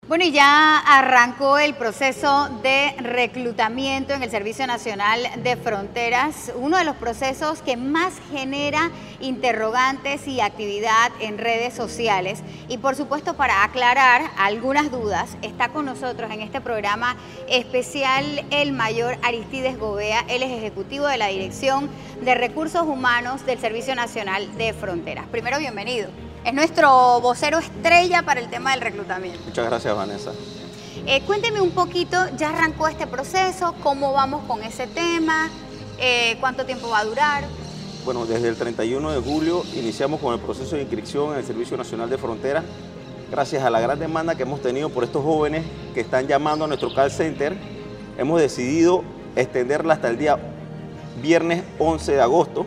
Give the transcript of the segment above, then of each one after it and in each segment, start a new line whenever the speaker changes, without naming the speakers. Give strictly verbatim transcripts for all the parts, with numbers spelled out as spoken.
Bueno, y ya arrancó el proceso de reclutamiento en el Servicio Nacional de Fronteras, uno de los procesos que más genera interrogantes y actividad en redes sociales. Y por supuesto, para aclarar algunas dudas, está con nosotros en este programa especial el mayor Aristides Gobea. Él es ejecutivo de la Dirección de Recursos Humanos del Servicio Nacional de Fronteras. Primero, bienvenido. Es nuestro vocero estrella para el tema del reclutamiento.
Muchas gracias, Vanessa.
Eh, cuénteme un poquito, ya arrancó este proceso, cómo vamos con ese tema, eh, cuánto tiempo va a durar.
Bueno, desde el treinta y uno de julio iniciamos con el proceso de inscripción en el Servicio Nacional de Fronteras, gracias a la gran demanda que hemos tenido por estos jóvenes que están llamando a nuestro call center. Hemos decidido extenderla hasta el día viernes once de agosto.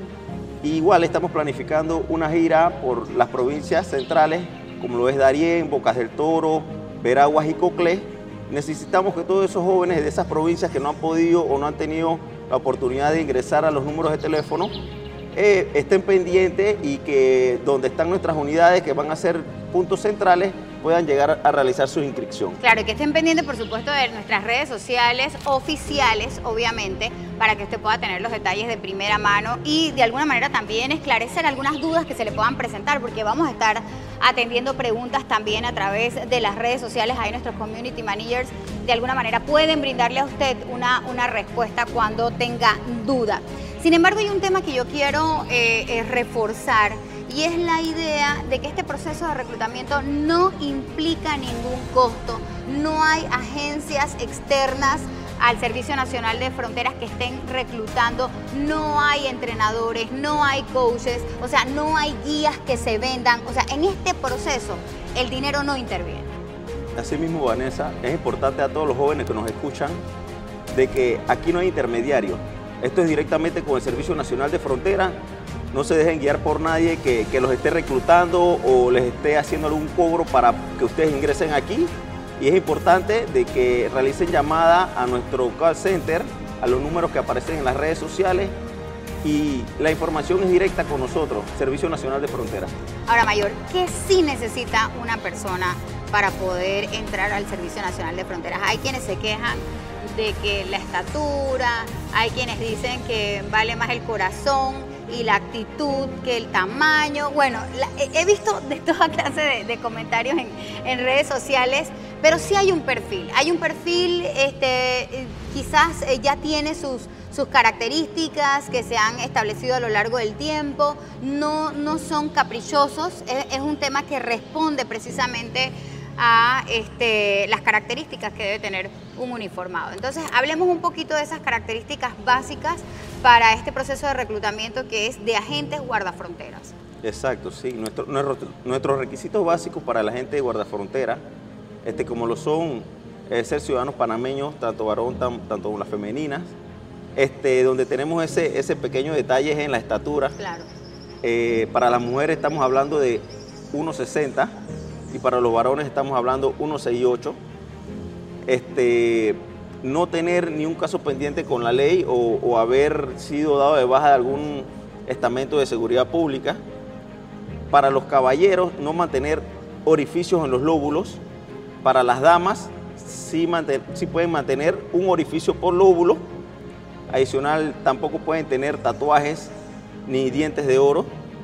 Igual estamos planificando una gira por las provincias centrales, como lo es Darién, Bocas del Toro, Veraguas y Coclé. Necesitamos que todos esos jóvenes de esas provincias que no han podido o no han tenido la oportunidad de ingresar a los números de teléfono, eh, estén pendientes y que donde están nuestras unidades, que van a ser puntos centrales, puedan llegar a realizar su inscripción.
Claro, que estén pendientes, por supuesto, de nuestras redes sociales oficiales, obviamente, para que usted pueda tener los detalles de primera mano y de alguna manera también esclarecer algunas dudas que se le puedan presentar, porque vamos a estar atendiendo preguntas también a través de las redes sociales. Ahí nuestros community managers de alguna manera pueden brindarle a usted una, una respuesta cuando tenga duda. Sin embargo, hay un tema que yo quiero eh, eh, reforzar, y es la idea de que este proceso de reclutamiento no implica ningún costo. No hay agencias externas al Servicio Nacional de Fronteras que estén reclutando, no hay entrenadores, no hay coaches, o sea, no hay guías que se vendan. O sea, en este proceso el dinero no interviene.
Asimismo, Vanessa, es importante a todos los jóvenes que nos escuchan de que aquí no hay intermediarios. Esto es directamente con el Servicio Nacional de Fronteras. No se dejen guiar por nadie que, que los esté reclutando o les esté haciendo algún cobro para que ustedes ingresen aquí. Y es importante de que realicen llamada a nuestro call center, a los números que aparecen en las redes sociales, y la información es directa con nosotros, Servicio Nacional de Fronteras.
Ahora, Mayor, ¿qué sí necesita una persona para poder entrar al Servicio Nacional de Fronteras? Hay quienes se quejan de que la estatura, hay quienes dicen que vale más el corazón y la actitud que el tamaño. Bueno, la, he visto de toda clase de, de comentarios en, en redes sociales, pero sí hay un perfil. Hay un perfil, este, quizás ya tiene sus, sus características que se han establecido a lo largo del tiempo, no, no son caprichosos, es, es un tema que responde precisamente a este, las características que debe tener un uniformado. Entonces, hablemos un poquito de esas características básicas para este proceso de reclutamiento que es de agentes guardafronteras. Exacto, sí. Nuestro,
nuestro, nuestros requisitos básicos para la gente de guardafrontera, este, como lo son eh, ser ciudadanos panameños, tanto varón, tan, tanto como las femeninas, este, donde tenemos ese, ese pequeño detalle en la estatura.
Claro.
Eh, para las mujeres estamos hablando de uno sesenta, y para los varones estamos hablando uno sesenta y ocho. Este, no tener ni un caso pendiente con la ley o, o haber sido dado de baja de algún estamento de seguridad pública. Para los caballeros, no mantener orificios en los lóbulos. Para las damas, sí, mantener, sí pueden mantener un orificio por lóbulo. Adicional, tampoco pueden tener tatuajes ni dientes de oro.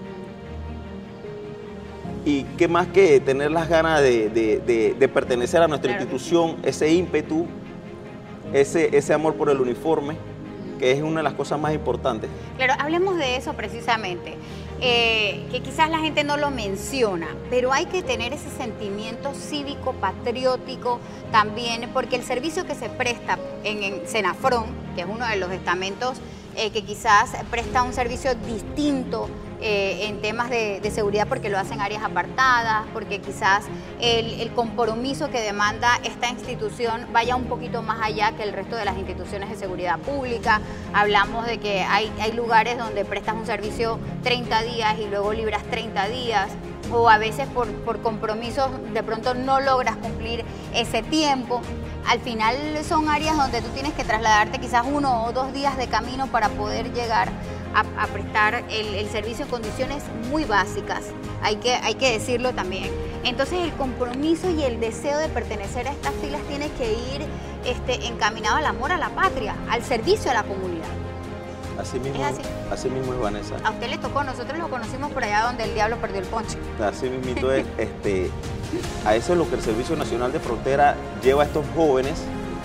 Y qué más que tener las ganas de, de, de, de pertenecer a nuestra claro institución, ese ímpetu, ese, ese amor por el uniforme, que es una de las cosas más importantes.
Claro, hablemos de eso precisamente, eh, que quizás la gente no lo menciona, pero hay que tener ese sentimiento cívico, patriótico también, porque el servicio que se presta en, en Senafron, que es uno de los estamentos eh, que quizás presta un servicio distinto Eh, en temas de, de seguridad, porque lo hacen áreas apartadas, porque quizás el, el compromiso que demanda esta institución vaya un poquito más allá que el resto de las instituciones de seguridad pública. Hablamos de que hay, hay lugares donde prestas un servicio treinta días y luego libras treinta días, o a veces por, por compromisos de pronto no logras cumplir ese tiempo. Al final son áreas donde tú tienes que trasladarte quizás uno o dos días de camino para poder llegar a, a prestar el, el servicio en condiciones muy básicas, hay que, hay que decirlo también. Entonces el compromiso y el deseo de pertenecer a estas filas tiene que ir este, encaminado al amor a la patria, al servicio a la comunidad.
Así mismo
¿Es así?
Así mismo es, Vanessa.
A usted le tocó, nosotros lo conocimos por allá donde el diablo perdió el ponche.
Así mismito es, este, a eso es lo que el Servicio Nacional de Frontera lleva a estos jóvenes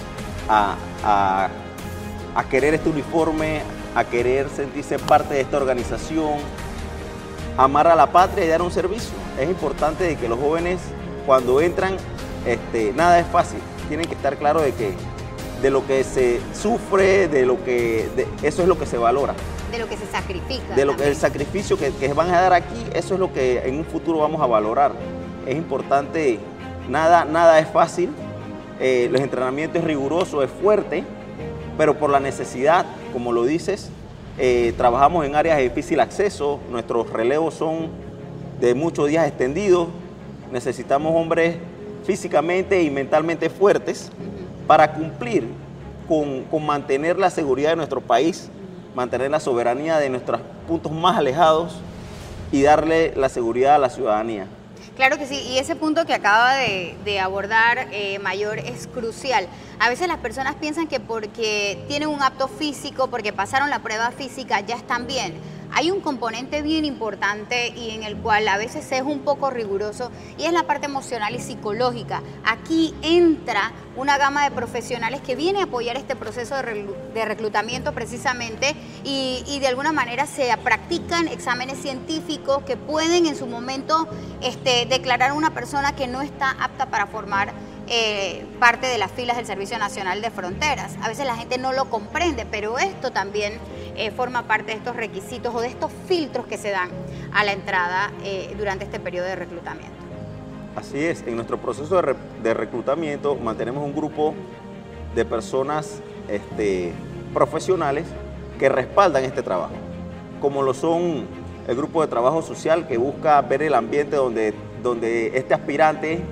a, a, a querer este uniforme, a querer sentirse parte de esta organización, amar a la patria y dar un servicio. Es importante de que los jóvenes cuando entran, este, nada es fácil, tienen que estar claros de que de lo que se sufre, de lo que de, eso es lo que se valora.
De lo que se sacrifica.
De lo que el sacrificio que, que van a dar aquí, eso es lo que en un futuro vamos a valorar. Es importante, nada, nada es fácil, eh, los entrenamientos es riguroso, es fuerte, pero por la necesidad, como lo dices, eh, trabajamos en áreas de difícil acceso, nuestros relevos son de muchos días extendidos, necesitamos hombres físicamente y mentalmente fuertes para cumplir con, con mantener la seguridad de nuestro país, mantener la soberanía de nuestros puntos más alejados y darle la seguridad a la ciudadanía.
Claro que sí, y ese punto que acaba de, de abordar eh, Mayor es crucial. A veces las personas piensan que porque tienen un apto físico, porque pasaron la prueba física, ya están bien. Hay un componente bien importante y en el cual a veces es un poco riguroso y es la parte emocional y psicológica. Aquí entra una gama de profesionales que viene a apoyar este proceso de reclutamiento precisamente y, y de alguna manera se practican exámenes científicos que pueden en su momento este, declarar a una persona que no está apta para formar Eh, parte de las filas del Servicio Nacional de Fronteras. A veces la gente no lo comprende, pero esto también eh, forma parte de estos requisitos o de estos filtros que se dan a la entrada eh, durante este periodo de reclutamiento.
Así es, en nuestro proceso de, re de reclutamiento mantenemos un grupo de personas este, profesionales que respaldan este trabajo, como lo son el grupo de trabajo social que busca ver el ambiente donde, donde este aspirante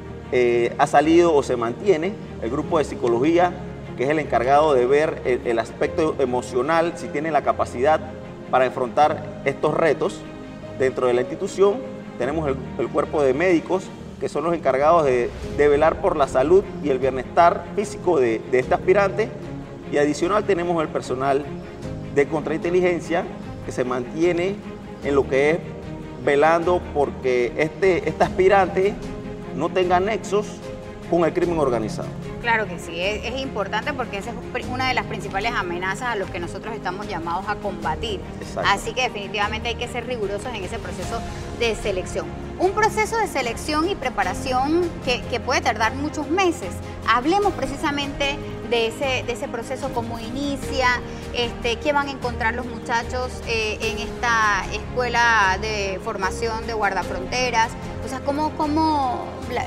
Eh, ha salido o se mantiene, el grupo de psicología, que es el encargado de ver el, el aspecto emocional, si tiene la capacidad para enfrentar estos retos dentro de la institución. Tenemos el, el cuerpo de médicos, que son los encargados de, de velar por la salud y el bienestar físico de, de este aspirante. Y adicional tenemos el personal de contrainteligencia, que se mantiene en lo que es velando porque este, este aspirante no tenga nexos con el crimen organizado.
Claro que sí, es, es importante porque esa es una de las principales amenazas a los que nosotros estamos llamados a combatir.
Exacto.
Así que definitivamente hay que ser rigurosos en ese proceso de selección. Un proceso de selección y preparación que, que puede tardar muchos meses. Hablemos precisamente de ese, de ese proceso, cómo inicia, este, qué van a encontrar los muchachos eh, en esta escuela de formación de guardafronteras, o sea, cómo, cómo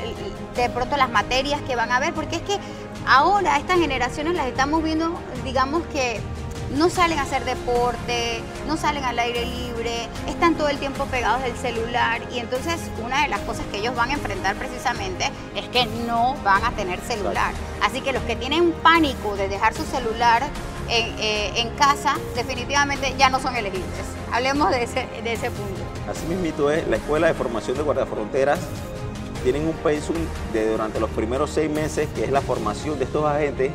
de pronto las materias que van a ver, porque es que ahora estas generaciones las estamos viendo, digamos que no salen a hacer deporte, no salen al aire libre, están todo el tiempo pegados del celular y entonces una de las cosas que ellos van a enfrentar precisamente es que no van a tener celular. Así que los que tienen pánico de dejar su celular en, eh, en casa definitivamente ya no son elegibles. Hablemos de ese, de ese punto.
Así mismito es, la Escuela de Formación de Guardafronteras tienen un pensum de durante los primeros seis meses, que es la formación de estos agentes,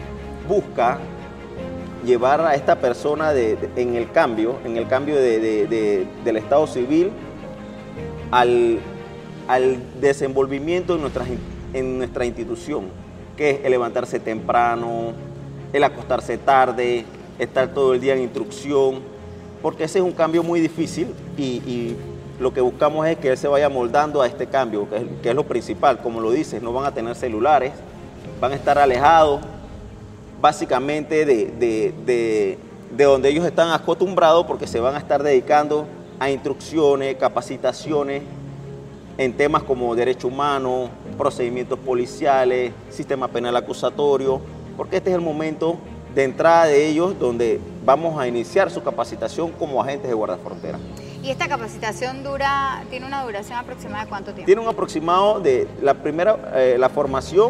busca llevar a esta persona de, de, en el cambio, en el cambio de, de, de, del Estado civil al, al desenvolvimiento en nuestra, en nuestra institución, que es el levantarse temprano, el acostarse tarde, estar todo el día en instrucción, porque ese es un cambio muy difícil y, y lo que buscamos es que él se vaya moldando a este cambio, que es, que es lo principal. Como lo dices, no van a tener celulares, van a estar alejados básicamente de, de, de, de donde ellos están acostumbrados, porque se van a estar dedicando a instrucciones, capacitaciones en temas como derecho humano, procedimientos policiales, sistema penal acusatorio, porque este es el momento de entrada de ellos donde vamos a iniciar su capacitación como agentes de guardafrontera.
¿Y esta capacitación dura, tiene una duración aproximada de cuánto tiempo?
Tiene un aproximado de la primera, eh, la formación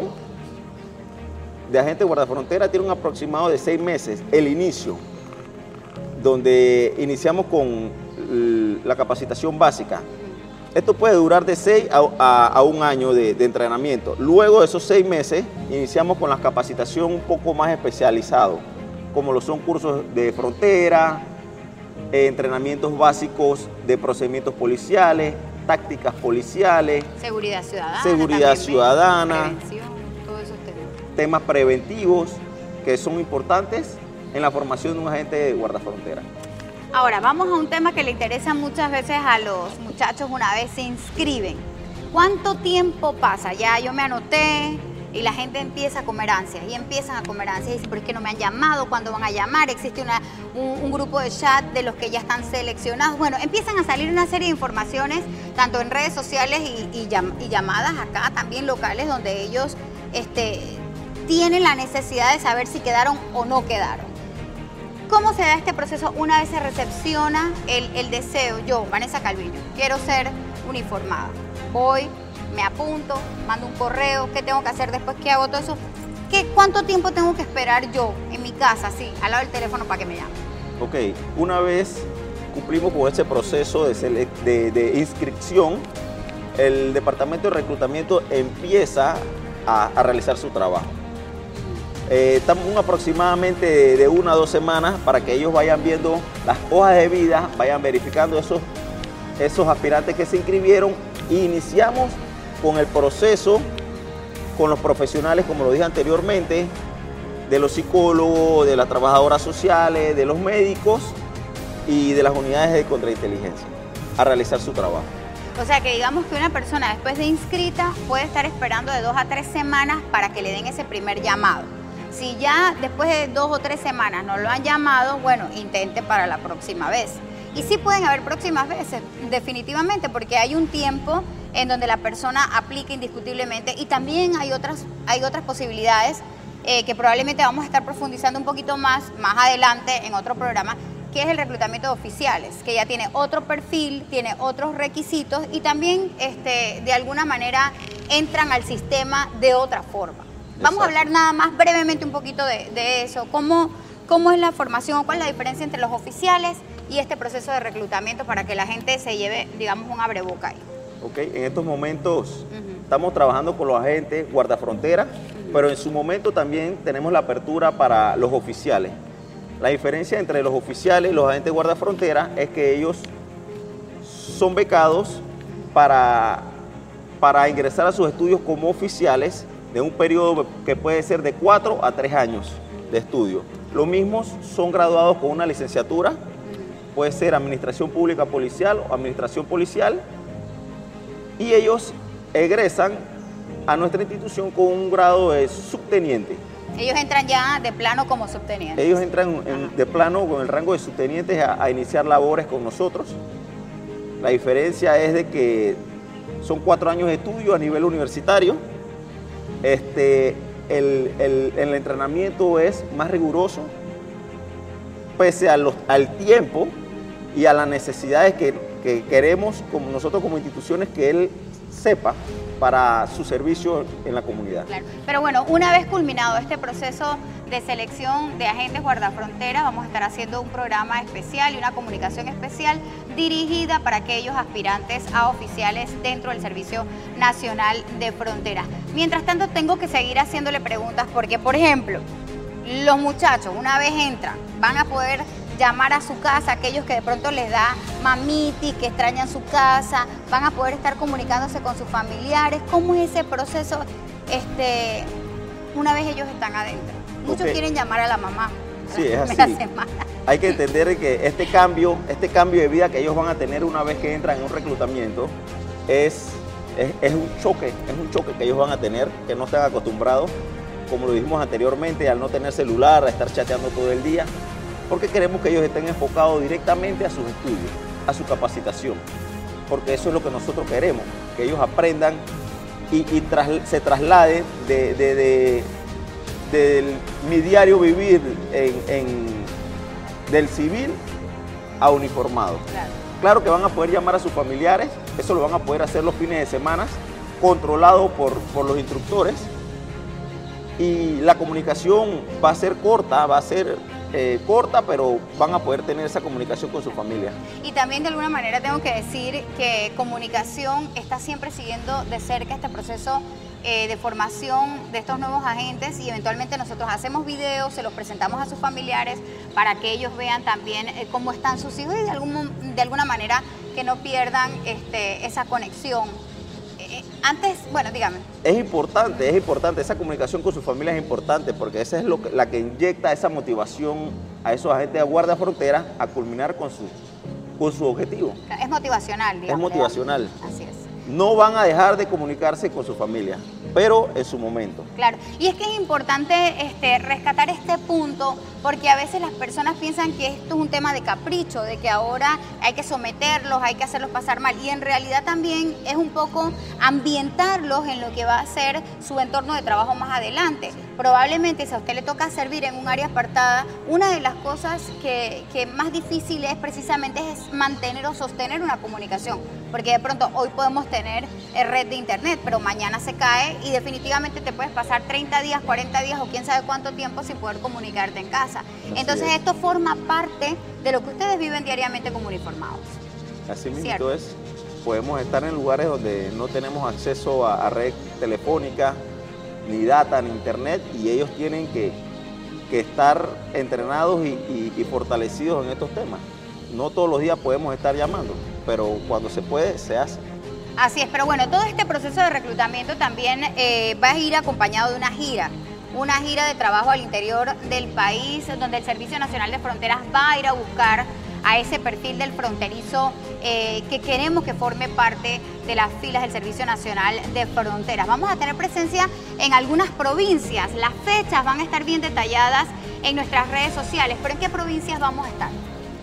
de agente de guardafrontera tiene un aproximado de seis meses, el inicio, donde iniciamos con la capacitación básica, Esto puede durar de seis a, a, a un año de, de entrenamiento. Luego de esos seis meses, iniciamos con la capacitación un poco más especializado, como lo son cursos de frontera, eh, entrenamientos básicos de procedimientos policiales, tácticas policiales,
seguridad ciudadana,
seguridad ciudadana,
prevención, todos esos temas.
temas preventivos que son importantes en la formación de un agente de guardafrontera.
Ahora, vamos a un tema que le interesa muchas veces a los muchachos una vez se inscriben. ¿Cuánto tiempo pasa? Ya yo me anoté y la gente empieza a comer ansias y empiezan a comer ansias y dicen, pero es que no me han llamado, ¿cuándo van a llamar? Existe una, un, un grupo de chat de los que ya están seleccionados. Bueno, empiezan a salir una serie de informaciones, tanto en redes sociales y, y, llam, y llamadas acá también locales, donde ellos este, tienen la necesidad de saber si quedaron o no quedaron. ¿Cómo se da este proceso una vez se recepciona el, el deseo? Yo, Vanessa Calviño, quiero ser uniformada. Voy, me apunto, mando un correo, ¿qué tengo que hacer después que hago todo eso? ¿Qué, ¿Cuánto tiempo tengo que esperar yo en mi casa, así, al lado del teléfono para que me llamen?
Ok, una vez cumplimos con ese proceso de, de, de inscripción, el departamento de reclutamiento empieza a, a realizar su trabajo. Eh, estamos aproximadamente de, de una a dos semanas para que ellos vayan viendo las hojas de vida, vayan verificando esos, esos aspirantes que se inscribieron e iniciamos con el proceso con los profesionales, como lo dije anteriormente, de los psicólogos, de las trabajadoras sociales, de los médicos y de las unidades de contrainteligencia a realizar su trabajo.
O sea que digamos que una persona después de inscrita puede estar esperando de dos a tres semanas para que le den ese primer llamado. Si ya después de dos o tres semanas no lo han llamado, bueno, intente para la próxima vez. Y sí pueden haber próximas veces, definitivamente, porque hay un tiempo en donde la persona aplica indiscutiblemente y también hay otras, hay otras posibilidades eh, que probablemente vamos a estar profundizando un poquito más, más adelante en otro programa, que es el reclutamiento de oficiales, que ya tiene otro perfil, tiene otros requisitos y también este, de alguna manera entran al sistema de otra forma. Vamos Exacto. a hablar nada más brevemente un poquito de, de eso, cómo, cómo es la formación, cuál es la diferencia entre los oficiales y este proceso de reclutamiento para que la gente se lleve, digamos, un abreboca ahí.
Ok, en estos momentos uh-huh. estamos trabajando con los agentes guardafrontera, uh-huh. pero en su momento también tenemos la apertura para los oficiales. La diferencia entre los oficiales y los agentes guardafrontera es que ellos son becados para, para ingresar a sus estudios como oficiales de un periodo que puede ser de cuatro a tres años de estudio. Los mismos son graduados con una licenciatura, puede ser Administración Pública Policial o Administración Policial, y ellos egresan a nuestra institución con un grado de subteniente.
Ellos entran ya de plano como subtenientes.
Ellos entran en, de plano con el rango de subtenientes a, a iniciar labores con nosotros. La diferencia es de que son cuatro años de estudio a nivel universitario. Este, el, el, el entrenamiento es más riguroso, pese a los, al tiempo y a las necesidades que, que queremos como nosotros como instituciones que él sepa para su servicio en la comunidad.
Claro. Pero bueno, una vez culminado este proceso de selección de agentes guardafronteras, vamos a estar haciendo un programa especial y una comunicación especial dirigida para aquellos aspirantes a oficiales dentro del Servicio Nacional de Frontera. Mientras tanto, tengo que seguir haciéndole preguntas porque, por ejemplo, los muchachos, una vez entran, van a poder llamar a su casa, aquellos que de pronto les da mamitis, que extrañan su casa, van a poder estar comunicándose con sus familiares. ¿Cómo es ese proceso este, una vez ellos están adentro? Muchos okay. quieren llamar a la mamá.
Sí, es así. Hay que entender que este cambio, este cambio de vida que ellos van a tener una vez que entran en un reclutamiento es, es, es un choque, es un choque que ellos van a tener, que no están acostumbrados, como lo dijimos anteriormente, al no tener celular, a estar chateando todo el día, porque queremos que ellos estén enfocados directamente a sus estudios, a su capacitación, porque eso es lo que nosotros queremos, que ellos aprendan y, y tras, se trasladen de, de, de, de, de mi diario vivir en, en, del civil a uniformado.
Claro.
Claro que van a poder llamar a sus familiares, eso lo van a poder hacer los fines de semana, controlado por, por los instructores, y la comunicación va a ser corta, va a ser eh, corta, pero van a poder tener esa comunicación con su familia.
Y también de alguna manera tengo que decir que Comunicación está siempre siguiendo de cerca este proceso eh, de formación de estos nuevos agentes y eventualmente nosotros hacemos videos, se los presentamos a sus familiares para que ellos vean también eh, cómo están sus hijos y de, algún, de alguna manera que no pierdan este, esa conexión. Eh, antes, bueno, dígame.
Es importante, es importante, esa comunicación con su familia es importante porque esa es lo que, la que inyecta esa motivación a esos agentes de guardia frontera a culminar con su, con su objetivo.
Es motivacional, digamos.
Es motivacional.
Así es.
No van a dejar de comunicarse con su familia, pero en su momento.
Claro, y es que es importante este, rescatar este punto porque a veces las personas piensan que esto es un tema de capricho, de que ahora hay que someterlos, hay que hacerlos pasar mal y en realidad también es un poco ambientarlos en lo que va a ser su entorno de trabajo más adelante. Probablemente si a usted le toca servir en un área apartada, una de las cosas que, que más difícil es precisamente es mantener o sostener una comunicación, porque de pronto hoy podemos tener red de internet, pero mañana se cae y definitivamente te puedes pasar treinta días, cuarenta días o quién sabe cuánto tiempo sin poder comunicarte en casa.
Así
Entonces
es.
Esto forma parte de lo que ustedes viven diariamente como uniformados.
Así mismo
Cierto.
es. Podemos estar en lugares donde no tenemos acceso a, a red telefónica, ni data, ni internet, y ellos tienen que, que estar entrenados y, y, y fortalecidos en estos temas. No todos los días podemos estar llamando, pero cuando se puede, se hace.
Así es, pero bueno, todo este proceso de reclutamiento también eh, va a ir acompañado de una gira, una gira de trabajo al interior del país, donde el Servicio Nacional de Fronteras va a ir a buscar a ese perfil del fronterizo eh, que queremos que forme parte de las filas del Servicio Nacional de Fronteras. Vamos a tener presencia en algunas provincias, las fechas van a estar bien detalladas en nuestras redes sociales, pero ¿en qué provincias vamos a estar?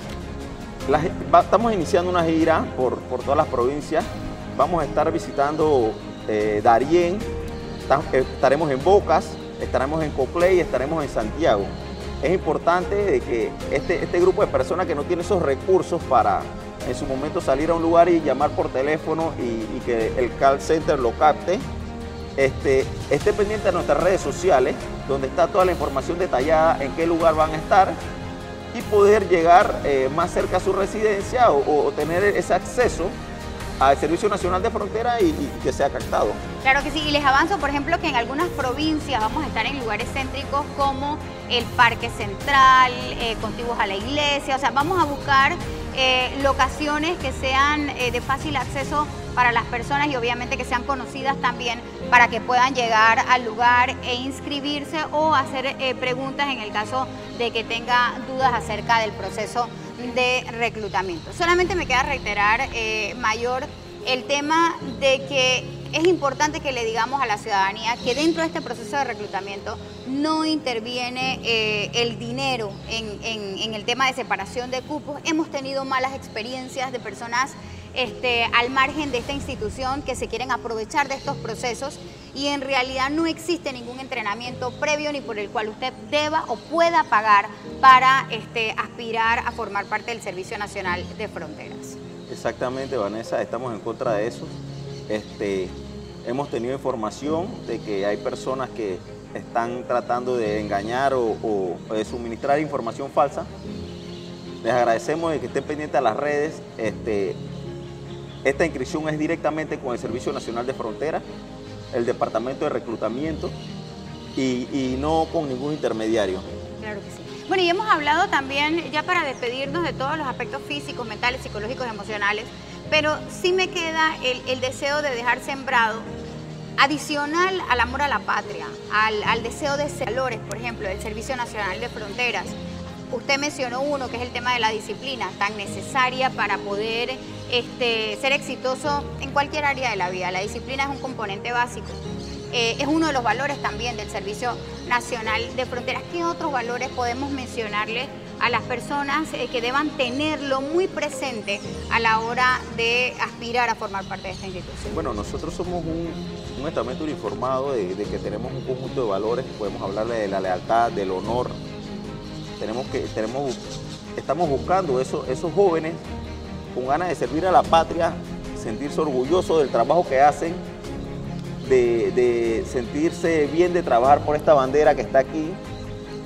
La, va, estamos iniciando una gira por, por todas las provincias. Vamos a estar visitando eh, Darién, está, eh, estaremos en Bocas, estaremos en Coclé y estaremos en Santiago. Es importante de que este, este grupo de personas que no tiene esos recursos para en su momento salir a un lugar y llamar por teléfono y, y que el call center lo capte, este, esté pendiente de nuestras redes sociales, donde está toda la información detallada en qué lugar van a estar y poder llegar eh, más cerca a su residencia o, o tener ese acceso al Servicio Nacional de Frontera y, y que sea captado.
Claro que sí, y les avanzo, por ejemplo, que en algunas provincias vamos a estar en lugares céntricos como el Parque Central, eh, contiguos a la iglesia, o sea, vamos a buscar eh, locaciones que sean eh, de fácil acceso para las personas y obviamente que sean conocidas también para que puedan llegar al lugar e inscribirse o hacer eh, preguntas en el caso de que tenga dudas acerca del proceso de reclutamiento. Solamente me queda reiterar, eh, Mayor, el tema de que es importante que le digamos a la ciudadanía que dentro de este proceso de reclutamiento no interviene eh, el dinero en, en, en el tema de separación de cupos. Hemos tenido malas experiencias de personas este, al margen de esta institución que se quieren aprovechar de estos procesos y en realidad no existe ningún entrenamiento previo ni por el cual usted deba o pueda pagar para este, aspirar a formar parte del Servicio Nacional de Fronteras.
Exactamente, Vanessa, estamos en contra de eso. Este, hemos tenido información de que hay personas que están tratando de engañar o, o de suministrar información falsa. Les agradecemos de que estén pendientes a las redes. Este, esta inscripción es directamente con el Servicio Nacional de Fronteras, el Departamento de Reclutamiento y, y no con ningún intermediario.
Claro que sí. Bueno, y hemos hablado también, ya para despedirnos de todos los aspectos físicos, mentales, psicológicos, emocionales, pero sí me queda el, el deseo de dejar sembrado, adicional al amor a la patria, al, al deseo de ser valores, por ejemplo, del Servicio Nacional de Fronteras. Usted mencionó uno, que es el tema de la disciplina, tan necesaria para poder este, ser exitoso en cualquier área de la vida. La disciplina es un componente básico. Eh, es uno de los valores también del Servicio Nacional de Fronteras. ¿Qué otros valores podemos mencionarle a las personas eh, que deban tenerlo muy presente a la hora de aspirar a formar parte de esta institución?
Bueno, nosotros somos un, un estamento uniformado de, de que tenemos un conjunto de valores. Podemos hablarle de la lealtad, del honor. Tenemos que, tenemos, estamos buscando esos, esos jóvenes con ganas de servir a la patria, sentirse orgullosos del trabajo que hacen, De, de sentirse bien de trabajar por esta bandera que está aquí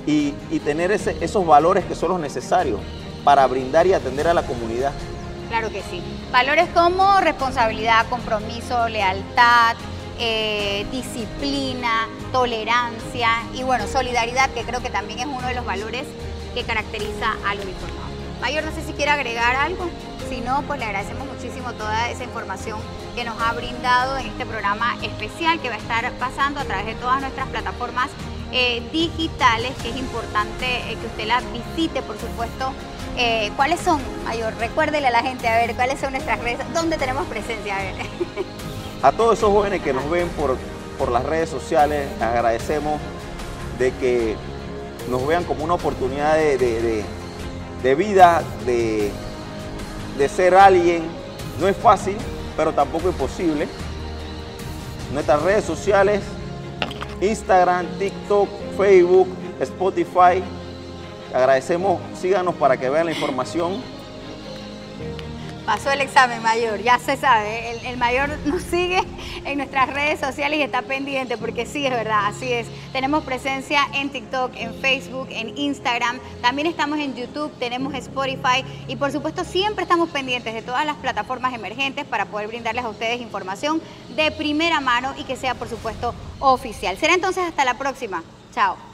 y, y tener ese, esos valores que son los necesarios para brindar y atender a la comunidad.
Claro que sí. Valores como responsabilidad, compromiso, lealtad, eh, disciplina, tolerancia y bueno, solidaridad, que creo que también es uno de los valores que caracteriza al uniformado. Mayor, no sé si quiere agregar algo. Si no, pues le agradecemos muchísimo toda esa información que nos ha brindado en este programa especial que va a estar pasando a través de todas nuestras plataformas eh, digitales, que es importante eh, que usted las visite, por supuesto. Eh, ¿Cuáles son, Mayor? Recuérdele a la gente, a ver, ¿cuáles son nuestras redes? ¿Dónde tenemos presencia? A ver.
A todos esos jóvenes que nos ven por, por las redes sociales, agradecemos de que nos vean como una oportunidad de, de, de, de vida, de, de ser alguien. No es fácil, pero tampoco imposible. Nuestras redes sociales, Instagram, TikTok, Facebook, Spotify. Agradecemos, síganos para que vean la información.
Pasó el examen, Mayor, ya se sabe. El, el Mayor nos sigue en nuestras redes sociales y está pendiente porque sí, es verdad, así es. Tenemos presencia en TikTok, en Facebook, en Instagram. También estamos en YouTube, tenemos Spotify y por supuesto siempre estamos pendientes de todas las plataformas emergentes para poder brindarles a ustedes información de primera mano y que sea por supuesto oficial. Será entonces hasta la próxima. Chao.